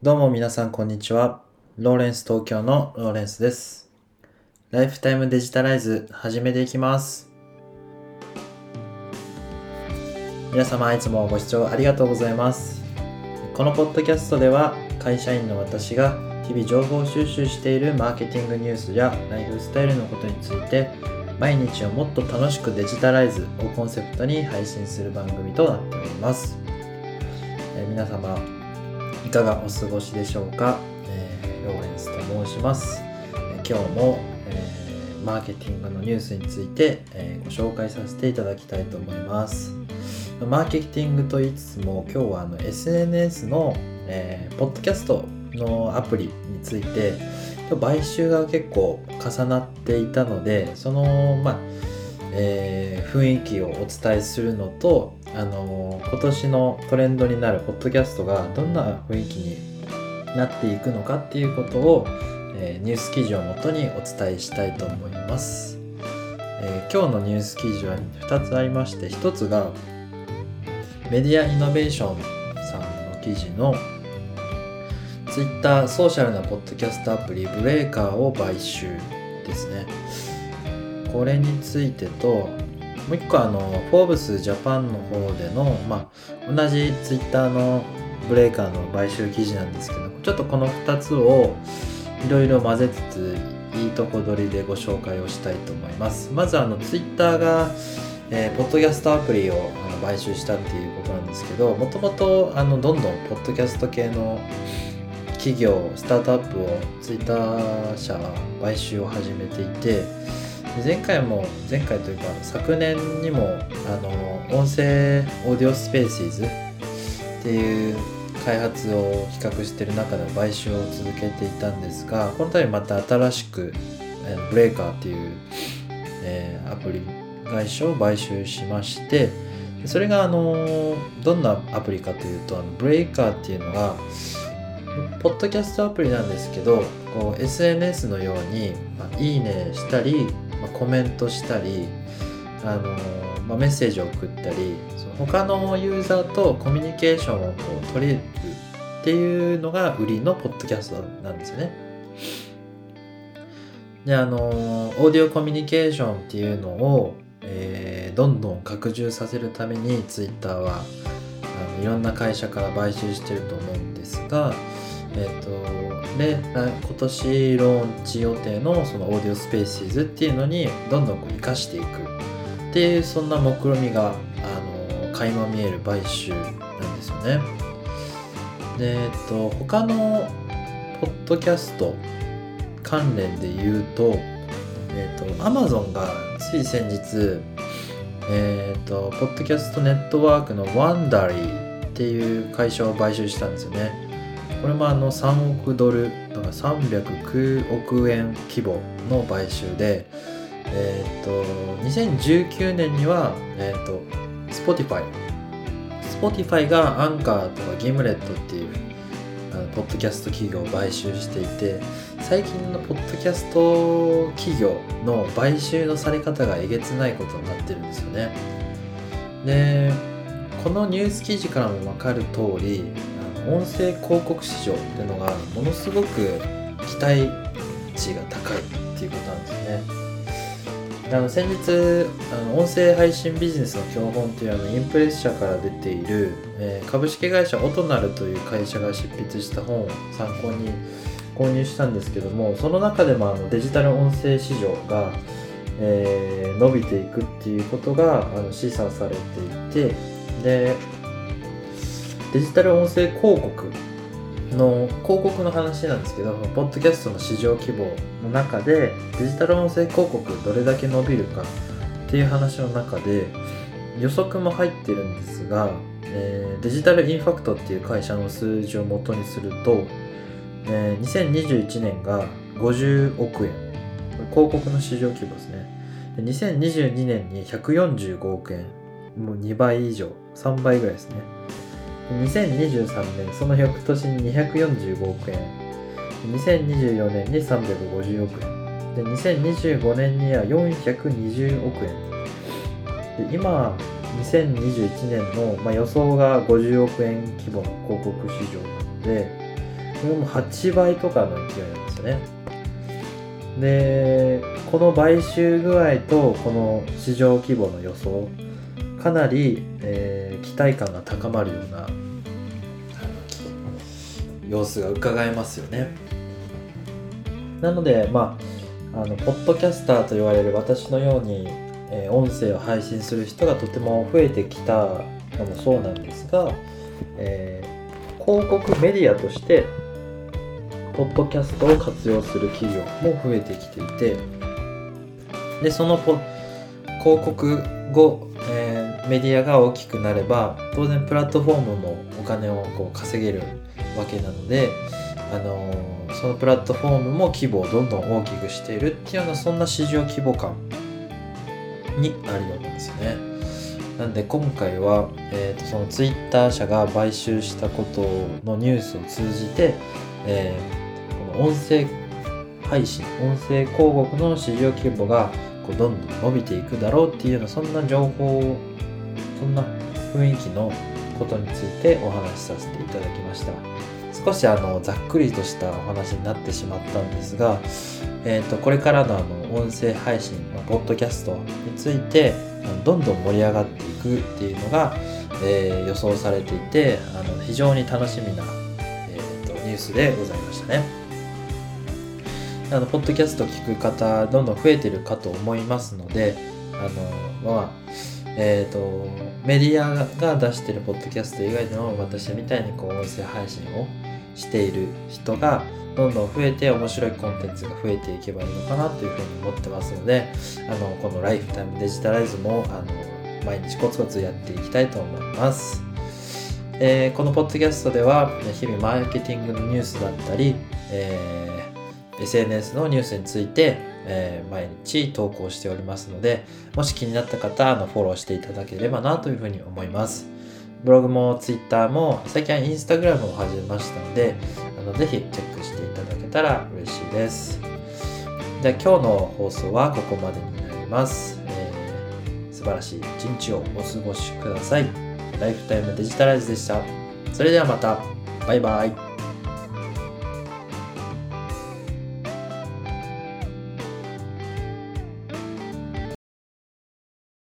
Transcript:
どうも皆さんこんにちは。ローレンス東京のローレンスです。ライフタイムデジタライズ始めていきます。皆様いつもご視聴ありがとうございます。このポッドキャストでは会社員の私が日々情報収集しているマーケティングニュースやライフスタイルのことについて毎日をもっと楽しくデジタライズをコンセプトに配信する番組となっております。皆様いかがお過ごしでしょうか。ローレンスと申します。今日も、マーケティングのニュースについて、ご紹介させていただきたいと思います。マーケティングと言いつつも今日はSNS の、ポッドキャストのアプリについて買収が結構重なっていたのでその、雰囲気をお伝えするのと今年のトレンドになるポッドキャストがどんな雰囲気になっていくのかっていうことを、ニュース記事をもとにお伝えしたいと思います。今日のニュース記事は2つありまして、1つがメディアイノベーションさんの記事の Twitter ソーシャルなポッドキャストアプリブレーカーを買収ですね。これについてともう一個フォーブスジャパンの方での、同じツイッターのブレーカーの買収記事なんですけど、ちょっとこの2つをいろいろ混ぜつついいとこ取りでご紹介をしたいと思います。まずツイッターが、ポッドキャストアプリを買収したっていうことなんですけど、もともとどんどんポッドキャスト系の企業スタートアップをツイッター社は買収を始めていて、前回というか昨年にも音声オーディオスペーシーズっていう開発を企画している中で買収を続けていたんですが、この度また新しくブレーカーっていう、アプリ会社を買収しまして、それがどんなアプリかというとブレーカーっていうのがポッドキャストアプリなんですけど、こう SNS のように、いいねしたりコメントしたりメッセージを送ったり他のユーザーとコミュニケーションを取れるっていうのが売りのポッドキャストなんですよね。でオーディオコミュニケーションっていうのを、どんどん拡充させるためにツイッターはいろんな会社から買収してると思うんですが、で今年ローンチ予定のそのオーディオスペーシーズっていうのにどんどん活かしていくっていう、そんな目論みが垣間見える買収なんですよね。で他のポッドキャスト関連で言うとAmazon がつい先日ポッドキャストネットワークのワンダリーっていう会社を買収したんですよね。これも3億ドルだから309億円規模の買収で、2019年には、Spotify がアンカーとかギムレットっていうポッドキャスト企業を買収していて、最近のポッドキャスト企業の買収のされ方がえげつないことになってるんですよね。でこのニュース記事からも分かる通り音声広告市場っていうのがものすごく期待値が高いっていうことなんですね。先日音声配信ビジネスの教本というインプレッシャーから出ている、株式会社オトナルという会社が執筆した本を参考に購入したんですけども、その中でもデジタル音声市場が、伸びていくっていうことが示唆されていて、でデジタル音声広告の話なんですけど、ポッドキャストの市場規模の中でデジタル音声広告どれだけ伸びるかっていう話の中で予測も入ってるんですが、デジタルインファクトっていう会社の数字を元にすると、2021年が50億円、広告の市場規模ですね。で2022年に145億円、もう2倍以上、3倍ぐらいですね。2023年その翌年に245億円、2024年に350億円で2025年には420億円で、今2021年の、予想が50億円規模の広告市場なので、 もう8倍とかの勢いなんですよね。でこの買収具合とこの市場規模の予想、かなり、期待感が高まるような様子が伺えますよね。なのでポッドキャスターと言われる私のように、音声を配信する人がとても増えてきたのもそうなんですが、広告メディアとしてポッドキャストを活用する企業も増えてきていて、でその広告後、メディアが大きくなれば当然プラットフォームもお金を稼げるわけなので、そのプラットフォームも規模をどんどん大きくしているっていうような、そんな市場規模感にあるようなんですよね。なんで今回は、そのツイッター社が買収したことのニュースを通じて、この音声配信、音声広告の市場規模がどんどん伸びていくだろうっていうような、そんな情報、そんな雰囲気のことについてお話しさせていただきました。少しざっくりとしたお話になってしまったんですが、これからの音声配信、ポッドキャストについてどんどん盛り上がっていくっていうのが、予想されていて、非常に楽しみな、ニュースでございましたね。ポッドキャスト聞く方どんどん増えてるかと思いますので、メディアが出しているポッドキャスト以外でも私みたいに音声配信をしている人がどんどん増えて、面白いコンテンツが増えていけばいいのかなというふうに思ってますので、このライフタイムデジタライズも毎日コツコツやっていきたいと思います。このポッドキャストでは日々マーケティングのニュースだったり、SNS のニュースについて、毎日投稿しておりますので、もし気になった方フォローしていただければなというふうに思います。ブログも Twitter も最近は Instagram を始めましたので、ぜひチェックしていただけたら嬉しいです。じゃあ今日の放送はここまでになります。素晴らしい一日をお過ごしください。ライフタイムデジタライズでした。それではまた。バイバイ。